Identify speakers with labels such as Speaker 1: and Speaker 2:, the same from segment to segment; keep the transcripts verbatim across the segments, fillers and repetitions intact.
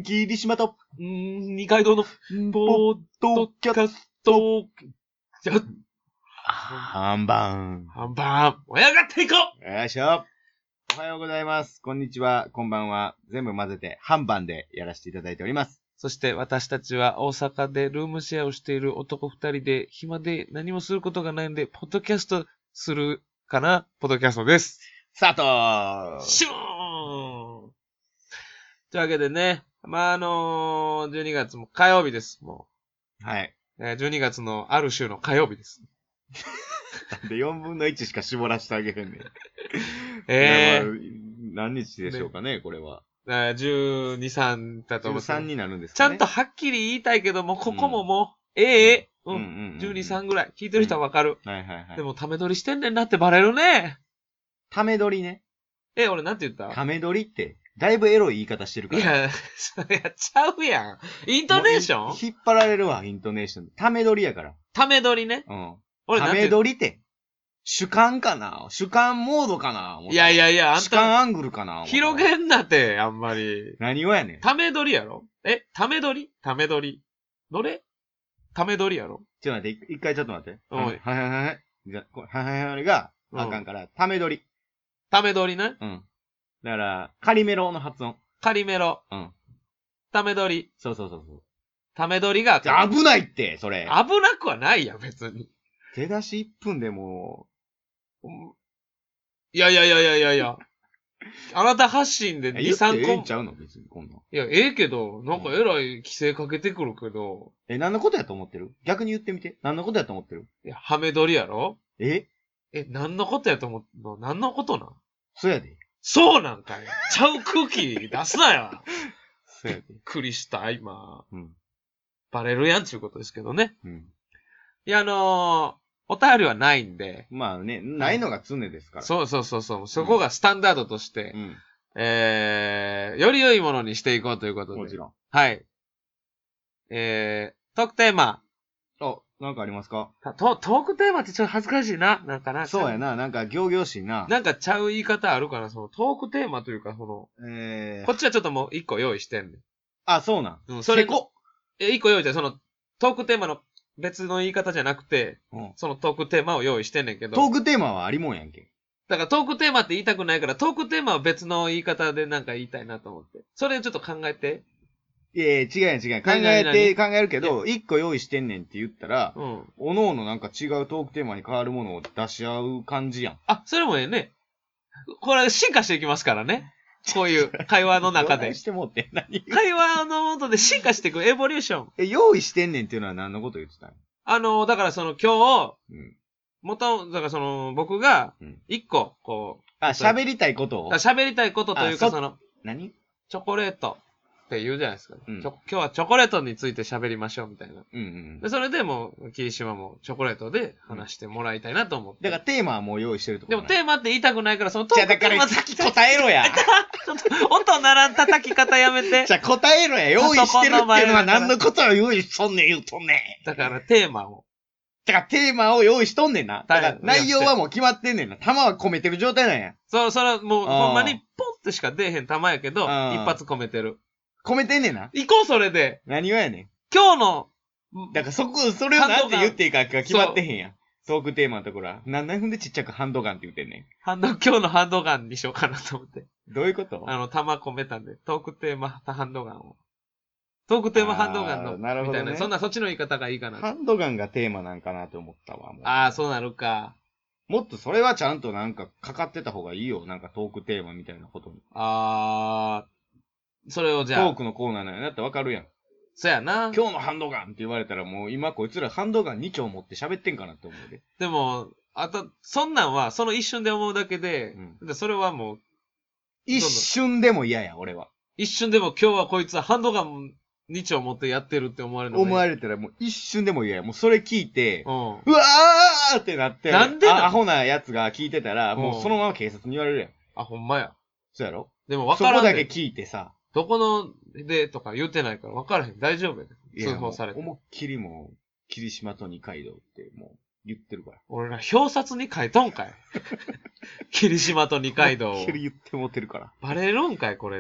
Speaker 1: 霧島と、
Speaker 2: うーん、二階堂の、
Speaker 1: ポッドキャスト。
Speaker 2: じゃ、
Speaker 1: ハンバーン。
Speaker 2: ハンバーン、親がっていこう
Speaker 1: よいしょ。おはようございます。こんにちは、こんばんは。全部混ぜて、半番でやらせていただいております。
Speaker 2: そして私たちは大阪でルームシェアをしている男二人で、暇で何もすることがないんで、ポッドキャストするかなポッドキャストです。
Speaker 1: スタート
Speaker 2: シューンというわけでね、まあ、あのー、じゅうにがつも火曜日です、も
Speaker 1: う。はい。
Speaker 2: えー、じゅうにがつのある週の火曜日です。
Speaker 1: で、よんぶんのいちしか絞らせてあげへんねん。
Speaker 2: えー、
Speaker 1: 何日でしょうかね、これは。
Speaker 2: じゅうに、さんだと思って。
Speaker 1: じゅうさんになるんです
Speaker 2: かね。ちゃ
Speaker 1: ね。
Speaker 2: んとはっきり言いたいけども、ここももう、うん、ええー、うん、うんうんうん、じゅうに、さんぐらい。聞いてる人はわかる、
Speaker 1: うん。はいはいはい。
Speaker 2: でも、ため撮りしてんねんなってバレるね。
Speaker 1: ため撮りね。
Speaker 2: え、俺なんて言った
Speaker 1: ため撮りって、だいぶエロい言い方してるから。
Speaker 2: いや、それやっちゃうやん。イントネーション
Speaker 1: 引っ張られるわ、イントネーション。ため撮りやから。
Speaker 2: ため撮りね。
Speaker 1: うん。
Speaker 2: 俺
Speaker 1: ため撮りって、主観かな主観モードかない
Speaker 2: やいやいや、
Speaker 1: あんた。主観アングルかな
Speaker 2: 広げんなって、あんまり。
Speaker 1: 何をやねん。
Speaker 2: ため撮りやろえ、ため撮りため撮り。どれため撮りやろ
Speaker 1: ちょっと待って、一回ちょっと待って。
Speaker 2: うん。
Speaker 1: はいはいはいはい。じゃ、はいはいはいが、あかんから、ため撮り。
Speaker 2: ため撮りね。
Speaker 1: うん。だから、カリメロの発音。
Speaker 2: カリメロ。
Speaker 1: うん。
Speaker 2: ため撮り。
Speaker 1: そうそうそうそう。
Speaker 2: ため撮りが。
Speaker 1: 危ないって、それ。
Speaker 2: 危なくはないやん、別に。
Speaker 1: 手出しいっぷんでも
Speaker 2: う、いやいやいやいやいやいや。あなた発信でに、さんこ。
Speaker 1: ええんちゃうの別に、こんなん。
Speaker 2: いや、ええけど、なんかえらい規制かけてくるけど。
Speaker 1: え、何のことやと思ってる逆に言ってみて。何のことやと思ってる
Speaker 2: いや、ハメ撮りやろ
Speaker 1: え
Speaker 2: え、何のことやと思ってんの何のことなん？
Speaker 1: そうやで。
Speaker 2: そうなんかい。ちゃう空気出すなよ。
Speaker 1: そうやで。
Speaker 2: びっくりした、今。
Speaker 1: うん。
Speaker 2: バレるやんちゅうことですけどね。
Speaker 1: うん。
Speaker 2: いや、あのー、お便りはないんで。
Speaker 1: まあね、ないのが常ですから。
Speaker 2: そうそうそうそう。そこがスタンダードとして、うん、えー、より良いものにしていこうということで。
Speaker 1: もちろん。
Speaker 2: はい。えー、トークテーマ。
Speaker 1: あ、なんかありますか？
Speaker 2: ト、トークテーマってちょっと恥ずかしいな。なんかな。
Speaker 1: そうやな。なんか行々しいな。
Speaker 2: なんかちゃう言い方あるかな。そのトークテーマというか、その、えー、こっちはちょっともう一個用意してんねん。
Speaker 1: あ、そうなん。
Speaker 2: うん、それこ。え、一個用意して、その、トークテーマの別の言い方じゃなくて、うん、そのトークテーマを用意してんねんけど。
Speaker 1: トークテーマはありもんやんけ。
Speaker 2: だからトークテーマって言いたくないから、トークテーマは別の言い方でなんか言いたいなと思って。それをちょっと考えて。
Speaker 1: いやいや、違う違う。考えて、考えるけど、一個用意してんねんって言ったら、うん。おのおのなんか違うトークテーマに変わるものを出し合う感じやん。
Speaker 2: あ、それもええね。これ進化していきますからね。こういう会話の中で。
Speaker 1: してもって何
Speaker 2: 会話の元で進化していくエボリューション。
Speaker 1: え、用意してんねんっていうのは何のこと言ってたの？
Speaker 2: あの、だからその今日、うん、元、だからその僕が、一個、こう。
Speaker 1: あ、喋りたいことを
Speaker 2: 喋りたいことというかその、
Speaker 1: 何？
Speaker 2: チョコレートって言うじゃないですか。うん、今日はチョコレートについて喋りましょうみたいな。うんうん、でそれでもう、霧島もチョコレートで話してもらいたいなと思って。
Speaker 1: だからテーマはもう用意してるってこと。
Speaker 2: でもテーマって言いたくないから、そのトークテーマ。
Speaker 1: じゃあだから先答えろや。
Speaker 2: ちょっと、音ならん叩き方やめて。
Speaker 1: じゃあ答えろや。用意してるっていうのは何のことを用意しとんねん言うとんねん。
Speaker 2: だからテーマを。
Speaker 1: だからテーマを用意しとんねんな。だから内容はもう決まってんねんな。弾は込めてる状態なんや。
Speaker 2: そう、それはもうほんまにポンってしか出えへん弾やけど、一発込めてる。
Speaker 1: 込めてんねんな。
Speaker 2: 行こう、それで。
Speaker 1: 何がやねん。
Speaker 2: 今日の。
Speaker 1: だからそこ、それをなんて言っていいか決まってへんやん。トークテーマのところは。何分でちっちゃくハンドガンって言ってんねん。
Speaker 2: ハンド、今日のハンドガンにしようかなと思って。
Speaker 1: どういうこと？
Speaker 2: あの、弾込めたんで、トークテーマハンドガンを。トークテーマハンドガンの。
Speaker 1: なるほどね。みたいな。
Speaker 2: そんな、そっちの言い方がいいかな。
Speaker 1: ハンドガンがテーマなんかなと思ったわ。もう
Speaker 2: ああ、そうなるか。
Speaker 1: もっとそれはちゃんとなんかかかってた方がいいよ。なんかトークテーマみたいなことに。
Speaker 2: ああ。それをじゃあ。
Speaker 1: トークのコーナーなんやなってわかるやん。
Speaker 2: そやな。
Speaker 1: 今日のハンドガンって言われたらもう今こいつらハンドガンに丁持って喋ってんかなって思うで。
Speaker 2: でも、あと、そんなんはその一瞬で思うだけで、うん、でそれはもう。
Speaker 1: 一瞬でも嫌や、俺は。
Speaker 2: 一瞬でも今日はこいつはハンドガンに丁持ってやってるって思われるの
Speaker 1: 思われたらもう一瞬でも嫌や。もうそれ聞いて、うん、うわーってなって、
Speaker 2: なんでな
Speaker 1: アホなやつが聞いてたら、もうそのまま警察に言われるやん。
Speaker 2: あ、ほんまや。
Speaker 1: そうやろ？
Speaker 2: でも分からん。
Speaker 1: そこだけ聞いてさ。
Speaker 2: どこのでとか言ってないから分からへん。大丈夫やで。通報されて。
Speaker 1: 思いっきりもう、霧島と二階堂ってもう言ってるから。
Speaker 2: 俺ら表札に書いとんかい。霧島と二階堂を。
Speaker 1: 思いっきり言ってもってるから。
Speaker 2: バレるんかい、これで。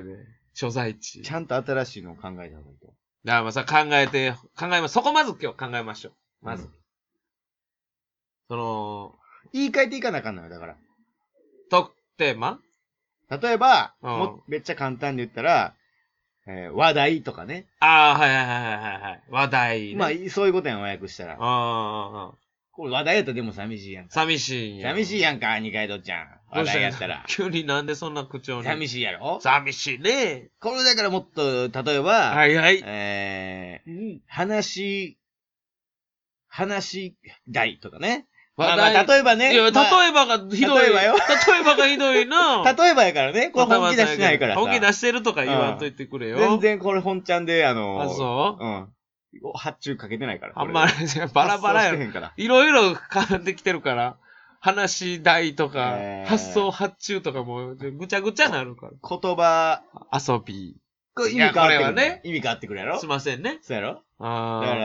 Speaker 2: 所在地。
Speaker 1: ちゃんと新しいのを考えた方がいいと。
Speaker 2: だからまあさ、考えて、考えます。そこまず今日考えましょう。まず。うん、その、
Speaker 1: 言い換えていかなあかんのよ、だから。
Speaker 2: トークテーマ？
Speaker 1: 例えば、
Speaker 2: うん、
Speaker 1: もめっちゃ簡単に言ったら、えー、話題とかね。
Speaker 2: ああ、はいはいはいはいはい。話題、ね。
Speaker 1: まあ、そういうことやん、和訳したら。
Speaker 2: ああ、
Speaker 1: これ話題やったらでも寂しいやんか。
Speaker 2: 寂しい
Speaker 1: やん。寂しいやんか、二階堂ちゃん。話題やったら。
Speaker 2: 急になんでそんな口調に。
Speaker 1: 寂しいやろ？
Speaker 2: 寂しいね。
Speaker 1: これだからもっと、例えば、
Speaker 2: はいはい。
Speaker 1: えー、うん、話、話題とかね。
Speaker 2: まあ
Speaker 1: まあ、例えばね。
Speaker 2: いや、例えばがひどい。
Speaker 1: 例えばよ。
Speaker 2: 例えばがひどいな。
Speaker 1: 例えばやからね。これ本気出してないからさ。
Speaker 2: 本気出してるとか言わんといてくれよ。
Speaker 1: うん、全然これ本ちゃんで、あのー、
Speaker 2: あ、そう
Speaker 1: うん。発注かけてないから。
Speaker 2: あんまり、バラバラやろ。いろいろ絡んできてるから。話題とか、えー、発想発注とかもぐちゃぐちゃなるから。
Speaker 1: 言葉。
Speaker 2: 遊び。
Speaker 1: これ意味変わってくる。ね。意味変わってくるやろ？
Speaker 2: すいませんね。
Speaker 1: そうやろ？
Speaker 2: あ
Speaker 1: あ。だから、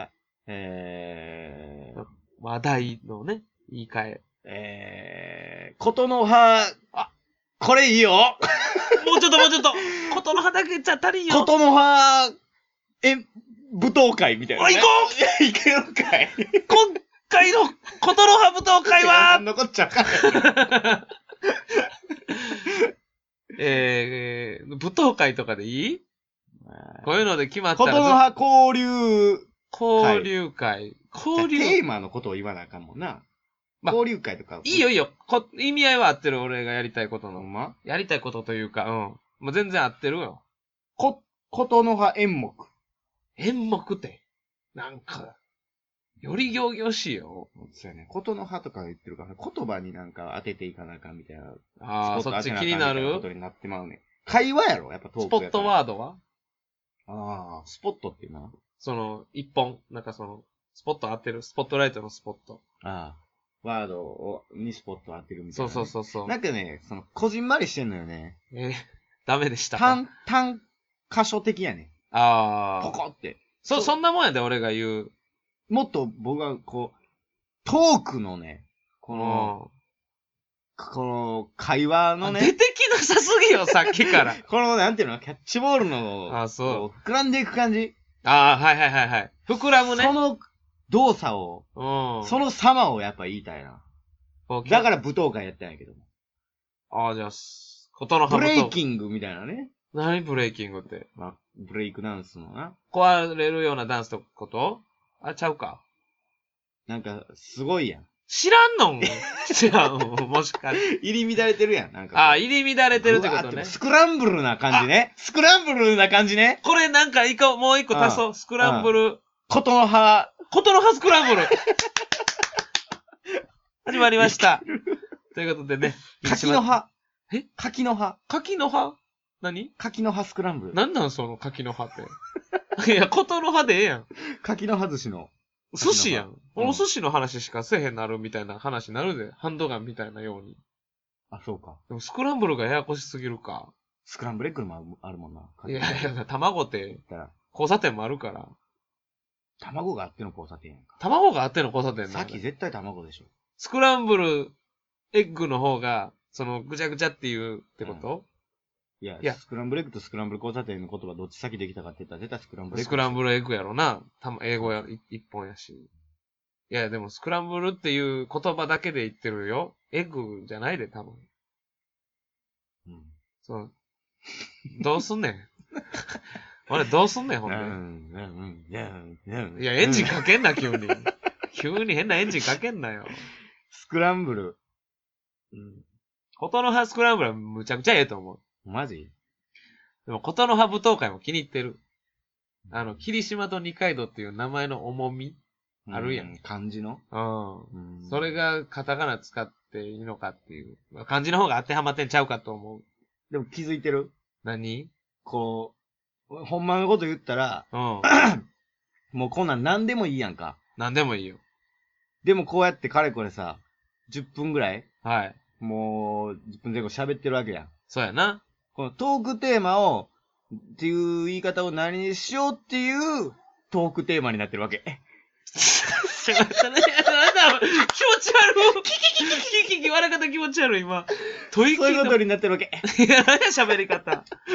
Speaker 1: えー、
Speaker 2: 話題のね、言い換え。
Speaker 1: えー、ことの葉、あ、これいいよも
Speaker 2: うちょっともうちょっとことの葉だけじゃ足りんよ
Speaker 1: ことの葉、え、舞踏会みたいな、ね。
Speaker 2: おい、行こ
Speaker 1: ういけるんかい
Speaker 2: 今回のことの葉舞踏会は
Speaker 1: 残っちゃうか
Speaker 2: えー、舞踏会とかでいいこういうので決まったら。
Speaker 1: ことの葉交流
Speaker 2: 交流会。交流
Speaker 1: テーマのことを言わなあかんもんな。まあ、交流会とか。
Speaker 2: いいよいいよこ。意味合いは合ってる、俺がやりたいことの。
Speaker 1: ほんま？
Speaker 2: やりたいことというか、うん。もう全然合ってるよ。
Speaker 1: こ、ことの葉演目。
Speaker 2: 演目って。なんか、より行々しいよ。
Speaker 1: そうやね。ことの葉とか言ってるから、言葉になんか当てていかなあかんみたいな。
Speaker 2: ああ、そっち気になる
Speaker 1: ことになってまうね。会話やろやっぱトークやから。
Speaker 2: スポットワードは
Speaker 1: ああ、スポットっていうのは
Speaker 2: その、一本。なんかその、スポット当てる。スポットライトのスポット。
Speaker 1: ああ。ワードを、にスポット当てるみたいな、
Speaker 2: ね。そうそうそうそう。
Speaker 1: なんかね、その、こじんまりしてんのよね。
Speaker 2: えー、ダメでした
Speaker 1: か。単、単箇所的やね。
Speaker 2: あ
Speaker 1: あ。ポコって。
Speaker 2: そ、そんなもんやで、俺が言う。
Speaker 1: もっと僕は、こう、トークのね、この、この、会話のね。
Speaker 2: 出てきなさすぎよ、さっきから。
Speaker 1: この、なんていうの、キャッチボールの、
Speaker 2: あ、そう。
Speaker 1: 膨らんでいく感じ。
Speaker 2: ああ、はいはいはいはい。膨らむね。
Speaker 1: その動作を、
Speaker 2: うん。
Speaker 1: その様をやっぱ言いたいな。だから舞踏会やったんやけども。
Speaker 2: ああ、じゃあ、ことの
Speaker 1: 葉ブレイキングみたいなね。
Speaker 2: 何ブレイキングって。
Speaker 1: まあ、ブレイクダンスのな。
Speaker 2: 壊れるようなダンスってことあ、ちゃうか。
Speaker 1: なんか、すごいやん。
Speaker 2: 知らんのん知らん。もしかして。
Speaker 1: 入り乱れてるやん。なんか。
Speaker 2: ああ、入り乱れてるってことね。
Speaker 1: スクランブルな感じね。スクランブルな感じね。
Speaker 2: これなんか一個、もう一個足そう。スクランブル。
Speaker 1: ことの葉。
Speaker 2: ことの葉スクランブル。始まりました。ということでね。
Speaker 1: 柿の葉。
Speaker 2: え
Speaker 1: 柿の葉。
Speaker 2: 柿の葉何
Speaker 1: 柿の葉スクランブル。
Speaker 2: なんなんその柿の葉って。いや、ことの葉でええやん。
Speaker 1: 柿の葉寿司の。
Speaker 2: 寿司やん。うん、お寿司の話しかせえへんなるみたいな話になるで。ハンドガンみたいなように。
Speaker 1: あ、そうか。
Speaker 2: でもスクランブルがややこしすぎるか。
Speaker 1: スクランブルエッグもあるもんな。
Speaker 2: いやいや、卵って、交差点もあるから。
Speaker 1: 卵があっての交差点やんか。
Speaker 2: 卵があっての交差点
Speaker 1: さっき絶対卵でしょ。
Speaker 2: スクランブルエッグの方が、その、ぐちゃぐちゃっていうってこと、うん、
Speaker 1: いや、いやスクランブルエッグとスクランブル交差点の言葉どっち先できたかって言ったら絶対スクランブルエッグ。
Speaker 2: スクランブルエッグやろな。た英語や、一本やし。いや、でもスクランブルっていう言葉だけで言ってるよ。エッグじゃないで、多分。
Speaker 1: うん。
Speaker 2: そう。どうすんねん。俺どうすんねん、ほんで。
Speaker 1: うんうんうん、
Speaker 2: いや、エンジンかけんな、急に。急に変なエンジンかけんなよ。
Speaker 1: スクランブル。
Speaker 2: うん。ことの葉スクランブルはむちゃくちゃええと思う。
Speaker 1: マジ？
Speaker 2: でも、ことの葉舞踏会も気に入ってる。あの、霧島と二階堂っていう名前の重みあるやん。
Speaker 1: うん、漢字の
Speaker 2: うん。うん。それがカタカナ使っていいのかっていう。漢字の方が当てはまってんちゃうかと思う。
Speaker 1: でも気づいてる？
Speaker 2: 何？
Speaker 1: こう、ほんまのこと言ったら、
Speaker 2: うん。
Speaker 1: もうこんなん何でもいいやんか。
Speaker 2: 何でもいいよ。
Speaker 1: でもこうやってかれこれさ、じゅっぷんぐらい
Speaker 2: はい。
Speaker 1: もう、じゅっぷん前後喋ってるわけやん。
Speaker 2: そうやな。
Speaker 1: このトークテーマを、っていう言い方を何にしようっていうトークテーマになってるわけ。
Speaker 2: ちょっと待ってね。なんだ、気持ち悪い。キキキキキキキ、笑い方気持ち悪い、今。
Speaker 1: 吐息そういうことになってるわけ。
Speaker 2: いや、何や喋り方。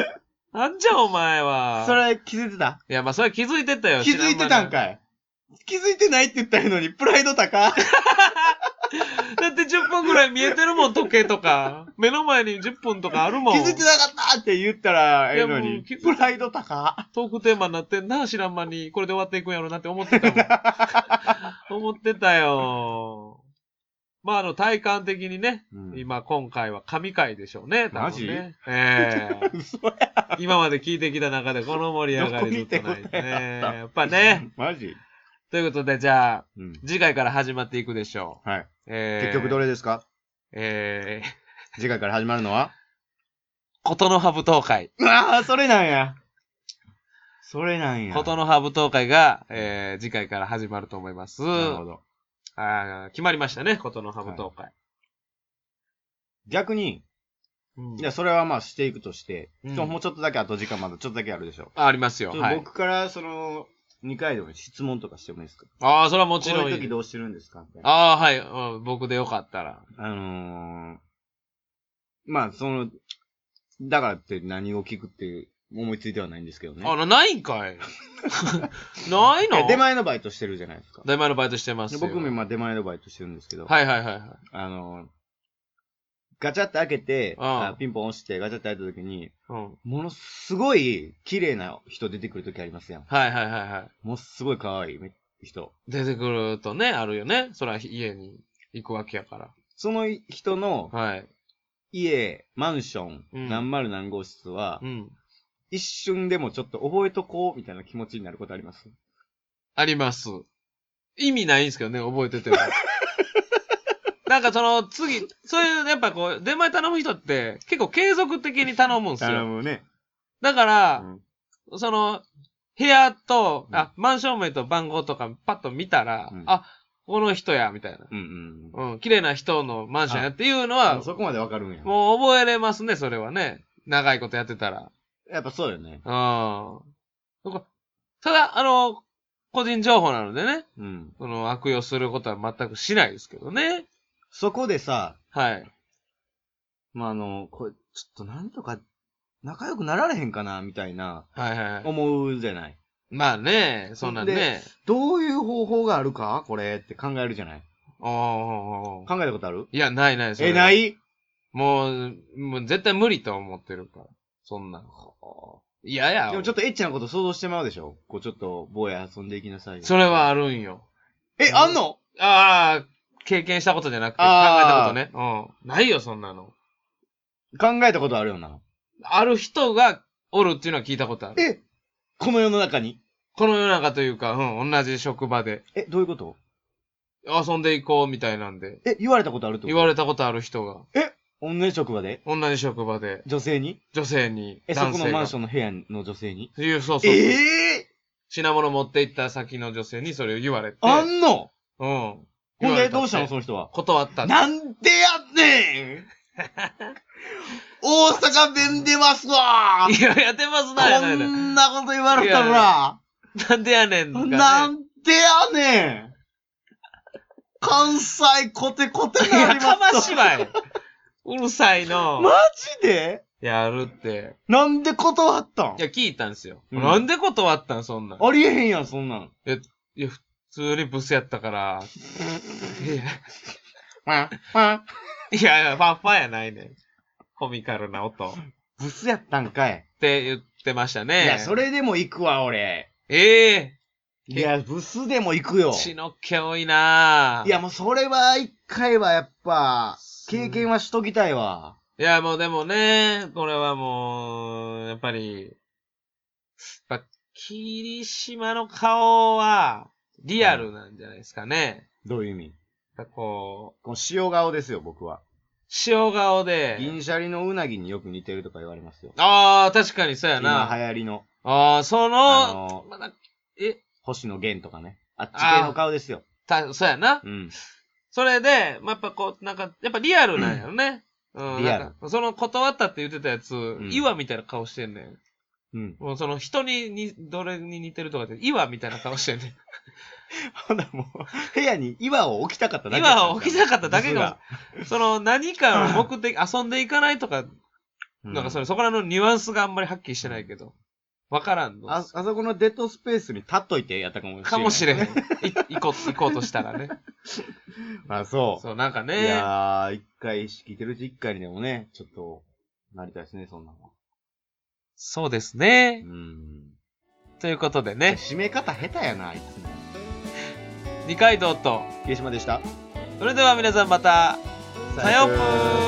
Speaker 2: なんじゃお前は。
Speaker 1: それ気づいてた？
Speaker 2: いや、まあそれ気づいてたよ。
Speaker 1: 気づいてたんかい。気づいてないって言ったのに、プライド高。
Speaker 2: だってじゅっぷんぐらい見えてるもん、時計とか。目の前にじゅっぷんとかあるもん。
Speaker 1: 気づいてなかったって言ったらええのに、プライド高。
Speaker 2: トークテーマになってんな、知らん間に。これで終わっていくんやろなって思ってたもん。思ってたよ。まあ、あの、体感的にね、うん、今、今回は神回でしょうね、多分ね。マジ？ええー。嘘や。今まで聞いてきた中でこの盛り上がりずっとないね。やっぱね。
Speaker 1: マジ？
Speaker 2: ということで、じゃあ、うん、次回から始まっていくでしょ
Speaker 1: う。はい。えー、結局どれですか？えー、次回から始まるのは
Speaker 2: ことの葉舞踏会。
Speaker 1: うわあ、それなんや。それなんや。
Speaker 2: ことの葉舞踏会が、えー、次回から始まると思います。なるほど。あ決まりましたね、ことの葉舞踏会。はい、
Speaker 1: 逆に、うん、いや、それはまあしていくとして、うん、もうちょっとだけあと時間まだちょっとだけあるでしょ。
Speaker 2: あ、ありますよ。はい。
Speaker 1: 僕からその、二回でも質問とかしてもいいですか？
Speaker 2: ああ、それはもちろんいい。
Speaker 1: こういう時どうしてるんですか？
Speaker 2: ああ、はい、うん。僕でよかったら。
Speaker 1: あのー、まあ、その、だからって何を聞くって思いついてはないんですけどね。
Speaker 2: あ、な、ないんかいないの？
Speaker 1: 出前のバイトしてるじゃないですか。
Speaker 2: 出前のバイトしてますよ。
Speaker 1: 僕も今出前のバイトしてるんですけど。
Speaker 2: はいはいはいはい。
Speaker 1: あのー、ガチャって開けて、あピンポン押してガチャって開いた時に、うん、ものすごい綺麗な人出てくる時ありますやん。
Speaker 2: はいはいはいはい。
Speaker 1: もうすごい可愛い人。
Speaker 2: 出てくるとね、あるよね。それは家に行くわけやから。
Speaker 1: その人の、はい。家、マンション、うん、何丸何号室は、うん、一瞬でもちょっと覚えとこうみたいな気持ちになることあります？
Speaker 2: あります。意味ないんですけどね、覚えてても。なんかその次、そういう、やっぱこう、出前頼む人って結構継続的に頼むんですよ。
Speaker 1: 頼むね。
Speaker 2: だから、うん、その、部屋と、うん、あ、マンション名と番号とかパッと見たら、うん、あ、この人や、みたいな。うんうんうん。綺麗な人のマンションやっていうのは、
Speaker 1: そこまでわかるんや。
Speaker 2: もう覚えれますね、それはね。長いことやってたら。
Speaker 1: やっぱそうよね。
Speaker 2: うん。ただ、あの、個人情報なのでね。うん。その悪用することは全くしないですけどね。
Speaker 1: そこでさ、
Speaker 2: はい。
Speaker 1: まあ、あの、これ、ちょっとなんとか、仲良くなられへんかな、みたいな、
Speaker 2: はいはい。
Speaker 1: 思うじゃない。
Speaker 2: まあね、そんなんね。
Speaker 1: どういう方法があるかこれって考えるじゃない。ああ、考えたことある？
Speaker 2: いや、ないない。
Speaker 1: え、ない？
Speaker 2: もう、もう絶対無理と思ってるから。そんな。いやいや。
Speaker 1: でもちょっとエッチなこと想像してまうでしょ？こうちょっと、坊や遊んでいきなさい。
Speaker 2: それはあるんよ。
Speaker 1: え、あんの？
Speaker 2: ああ、経験したことじゃなくて、考えたことね。うん。ないよ、そんなの。
Speaker 1: 考えたことあるよな。
Speaker 2: ある人がおるっていうのは聞いたことある。
Speaker 1: え、この世の中に？
Speaker 2: この世の中というか、うん、同じ職場で。
Speaker 1: え、どういうこと？
Speaker 2: 遊んでいこうみたいなんで。
Speaker 1: え、言われたことあるってこと？
Speaker 2: 言われたことある人が。
Speaker 1: え、同じ職場で？
Speaker 2: 同じ職場で。
Speaker 1: 女性に？
Speaker 2: 女性に。
Speaker 1: え、そこのマンションの部屋の女性に？
Speaker 2: そうそうそう。
Speaker 1: ええー、
Speaker 2: 品物持って行った先の女性にそれを言われて。
Speaker 1: あんの？
Speaker 2: うん。
Speaker 1: ほんで、どうしたのその人は。
Speaker 2: 断った。
Speaker 1: なんでやねん大阪弁出ますわ
Speaker 2: いや、やってますな。
Speaker 1: こんなこと言われたら。
Speaker 2: なんでやねん、
Speaker 1: ね。なんでやねん関西コテコテなります。
Speaker 2: やかましばい。うるさいの。
Speaker 1: マジで
Speaker 2: やるって。
Speaker 1: なんで断ったん？
Speaker 2: いや、聞いたんですよ。うん、なんで断ったんそんなん。
Speaker 1: ありえへんやん、そんなん。
Speaker 2: いや、いや、普通にブスやったから。いや、
Speaker 1: ファン、ファン。
Speaker 2: いやいや、ファンファンやないねん。コミカルな音。
Speaker 1: ブスやったんかい。
Speaker 2: って言ってましたね。
Speaker 1: いや、それでも行くわ、俺。
Speaker 2: ええ
Speaker 1: ー。いや、ブスでも行くよ。
Speaker 2: 血の気多いなぁ。
Speaker 1: いや、もうそれは一回はやっぱ、経験はしときたいわ。
Speaker 2: いや、もうでもね、これはもう、やっぱり、やっぱ、霧島の顔は、リアルなんじゃないですかね。
Speaker 1: どういう意味？
Speaker 2: こう、
Speaker 1: この塩顔ですよ、僕は。
Speaker 2: 塩顔で。
Speaker 1: 銀シャリのうなぎによく似てるとか言われますよ。
Speaker 2: ああ、確かにそうやな。
Speaker 1: 今流行りの。
Speaker 2: ああ、その、あの
Speaker 1: ー、まだ、え星野源とかね。あっち系の顔ですよ。
Speaker 2: た、そうやな。うん。それで、まあ、やっぱこう、なんか、やっぱリアルなんやろね。うん。リアル。なんかその断ったって言ってたやつ、うん、岩みたいな顔してんねん。うん。もうその人にに、どれに似てるとかって、岩みたいな顔してんねん。
Speaker 1: ほなもう、部屋に岩を置きたかっただけ
Speaker 2: 岩を置きたかっただけが、その何かの目的、遊んでいかないとか、 うん、なんかそれ、そこらのニュアンスがあんまりはっきりしてないけど。わからんの。
Speaker 1: あ、あそこのデッドスペースに立っといてやったかもしれない。
Speaker 2: かもしれへん。い、行こう、行こうとしたらね。
Speaker 1: あ、そう。
Speaker 2: そう、なんかね。
Speaker 1: いやー、一回、聞いてるうち一回にでもね、ちょっと、なりたいですね、そんなのは。
Speaker 2: そうですね。
Speaker 1: うん。
Speaker 2: ということでね。
Speaker 1: 締め方下手やな、いつも。
Speaker 2: 二階堂と、
Speaker 1: 霧島でした。
Speaker 2: それでは皆さんまた、さようぷー。